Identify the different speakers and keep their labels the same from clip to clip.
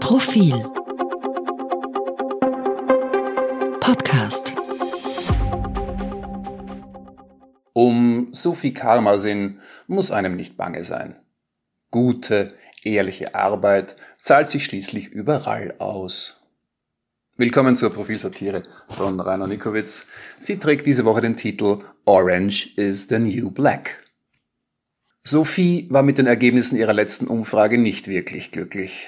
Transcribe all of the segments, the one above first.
Speaker 1: Profil Podcast.
Speaker 2: Um Sophie Karmasin muss einem nicht bange sein. Gute, ehrliche Arbeit zahlt sich schließlich überall aus. Willkommen zur Profilsatire von Rainer Nikowitz. Sie trägt diese Woche den Titel Orange is the New Black. Sophie war mit den Ergebnissen ihrer letzten Umfrage nicht wirklich glücklich.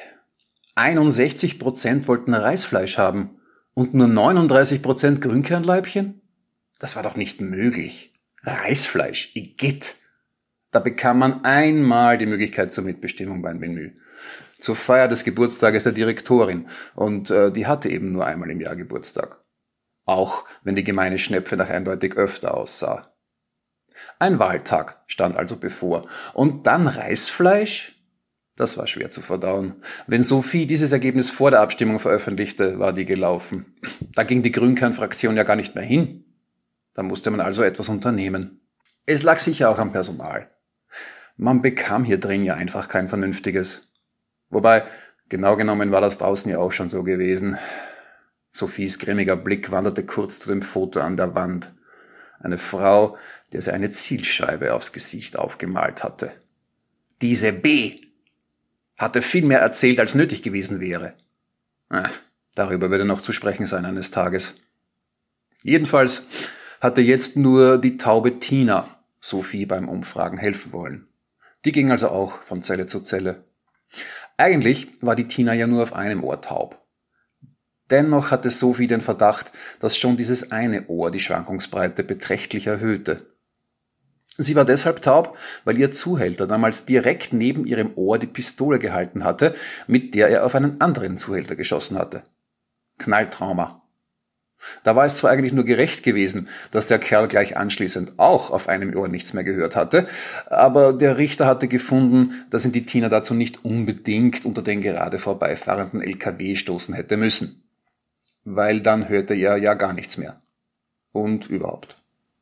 Speaker 2: 61% wollten Reisfleisch haben und nur 39% Grünkernleibchen? Das war doch nicht möglich. Reisfleisch, igitt. Da bekam man einmal die Möglichkeit zur Mitbestimmung beim Menü. Zur Feier des Geburtstages der Direktorin und die hatte eben nur einmal im Jahr Geburtstag. Auch wenn die gemeine Schnepfe nach eindeutig öfter aussah. Ein Wahltag stand also bevor. Und dann Reisfleisch? Das war schwer zu verdauen. Wenn Sophie dieses Ergebnis vor der Abstimmung veröffentlichte, war die gelaufen. Da ging die Grünkern-Fraktion ja gar nicht mehr hin. Da musste man also etwas unternehmen. Es lag sicher auch am Personal. Man bekam hier drin ja einfach kein vernünftiges. Wobei, genau genommen war das draußen ja auch schon so gewesen. Sophies grimmiger Blick wanderte kurz zu dem Foto an der Wand. Eine Frau, der sie eine Zielscheibe aufs Gesicht aufgemalt hatte. Diese B hatte viel mehr erzählt, als nötig gewesen wäre. Darüber würde noch zu sprechen sein eines Tages. Jedenfalls hatte jetzt nur die taube Tina Sophie beim Umfragen helfen wollen. Die ging also auch von Zelle zu Zelle. Eigentlich war die Tina ja nur auf einem Ohr taub. Dennoch hatte Sophie den Verdacht, dass schon dieses eine Ohr die Schwankungsbreite beträchtlich erhöhte. Sie war deshalb taub, weil ihr Zuhälter damals direkt neben ihrem Ohr die Pistole gehalten hatte, mit der er auf einen anderen Zuhälter geschossen hatte. Knalltrauma. Da war es zwar eigentlich nur gerecht gewesen, dass der Kerl gleich anschließend auch auf einem Ohr nichts mehr gehört hatte, aber der Richter hatte gefunden, dass ihn die Tina dazu nicht unbedingt unter den gerade vorbeifahrenden LKW stoßen hätte müssen. Weil dann hörte er ja gar nichts mehr. Und überhaupt.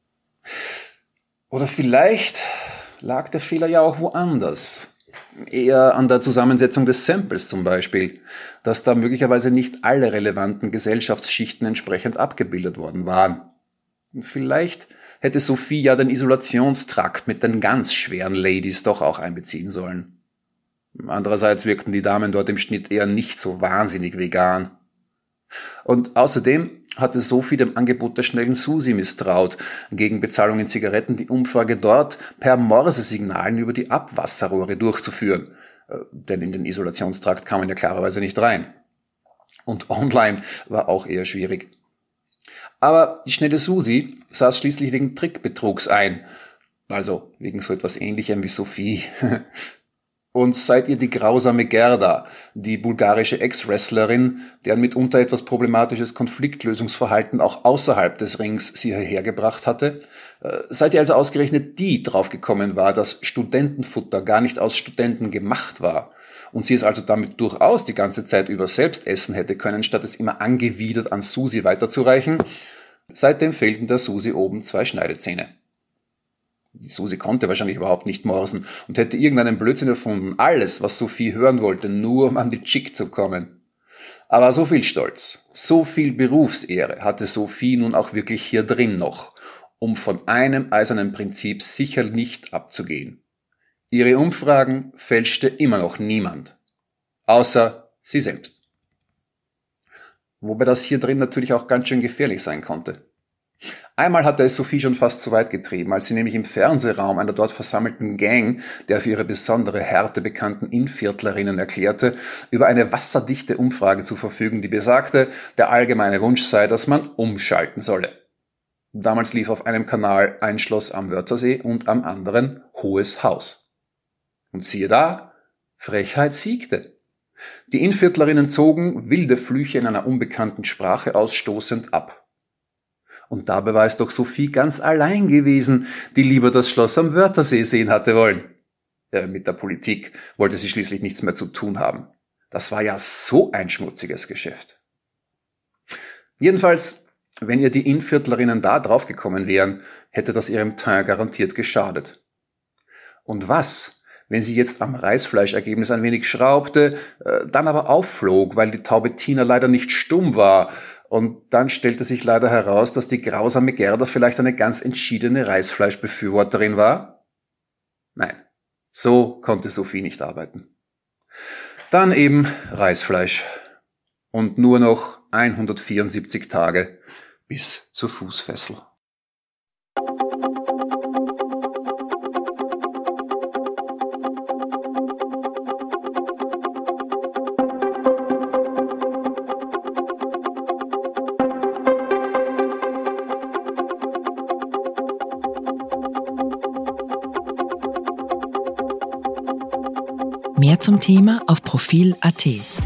Speaker 2: Oder vielleicht lag der Fehler ja auch woanders. Eher an der Zusammensetzung des Samples zum Beispiel, dass da möglicherweise nicht alle relevanten Gesellschaftsschichten entsprechend abgebildet worden waren. Vielleicht hätte Sophie ja den Isolationstrakt mit den ganz schweren Ladies doch auch einbeziehen sollen. Andererseits wirkten die Damen dort im Schnitt eher nicht so wahnsinnig vegan. Und außerdem hatte Sophie dem Angebot der schnellen Susi misstraut, gegen Bezahlung in Zigaretten die Umfrage dort per Morsesignalen über die Abwasserrohre durchzuführen. Denn in den Isolationstrakt kam man ja klarerweise nicht rein. Und online war auch eher schwierig. Aber die schnelle Susi saß schließlich wegen Trickbetrugs ein. Also wegen so etwas Ähnlichem wie Sophie. Und seit ihr die grausame Gerda, die bulgarische Ex-Wrestlerin, deren mitunter etwas problematisches Konfliktlösungsverhalten auch außerhalb des Rings sie hierher gebracht hatte, seit ihr also ausgerechnet die draufgekommen war, dass Studentenfutter gar nicht aus Studenten gemacht war und sie es also damit durchaus die ganze Zeit über selbst essen hätte können, statt es immer angewidert an Susi weiterzureichen, seitdem fehlten der Susi oben 2 Schneidezähne. Die Susi konnte wahrscheinlich überhaupt nicht morsen und hätte irgendeinen Blödsinn erfunden. Alles, was Sophie hören wollte, nur um an die Chick zu kommen. Aber so viel Stolz, so viel Berufsehre hatte Sophie nun auch wirklich hier drin noch, um von einem eisernen Prinzip sicher nicht abzugehen. Ihre Umfragen fälschte immer noch niemand. Außer sie selbst. Wobei das hier drin natürlich auch ganz schön gefährlich sein konnte. Einmal hatte es Sophie schon fast zu weit getrieben, als sie nämlich im Fernsehraum einer dort versammelten Gang der für ihre besondere Härte bekannten Innviertlerinnen erklärte, über eine wasserdichte Umfrage zu verfügen, die besagte, der allgemeine Wunsch sei, dass man umschalten solle. Damals lief auf einem Kanal ein Schloss am Wörthersee und am anderen Hohes Haus. Und siehe da, Frechheit siegte. Die Innviertlerinnen zogen wilde Flüche in einer unbekannten Sprache ausstoßend ab. Und dabei war es doch Sophie ganz allein gewesen, die lieber das Schloss am Wörthersee sehen hatte wollen. Mit der Politik wollte sie schließlich nichts mehr zu tun haben. Das war ja so ein schmutziges Geschäft. Jedenfalls, wenn ihr die Innviertlerinnen da draufgekommen wären, hätte das ihrem Teint garantiert geschadet. Und was, Wenn sie jetzt am Reißfleischergebnis ein wenig schraubte, dann aber aufflog, weil die Taube Tina leider nicht stumm war. Und dann stellte sich leider heraus, dass die grausame Gerda vielleicht eine ganz entschiedene Reißfleischbefürworterin war? Nein, so konnte Sophie nicht arbeiten. Dann eben Reißfleisch. Und nur noch 174 Tage bis zur Fußfessel.
Speaker 1: Mehr zum Thema auf Profil.at.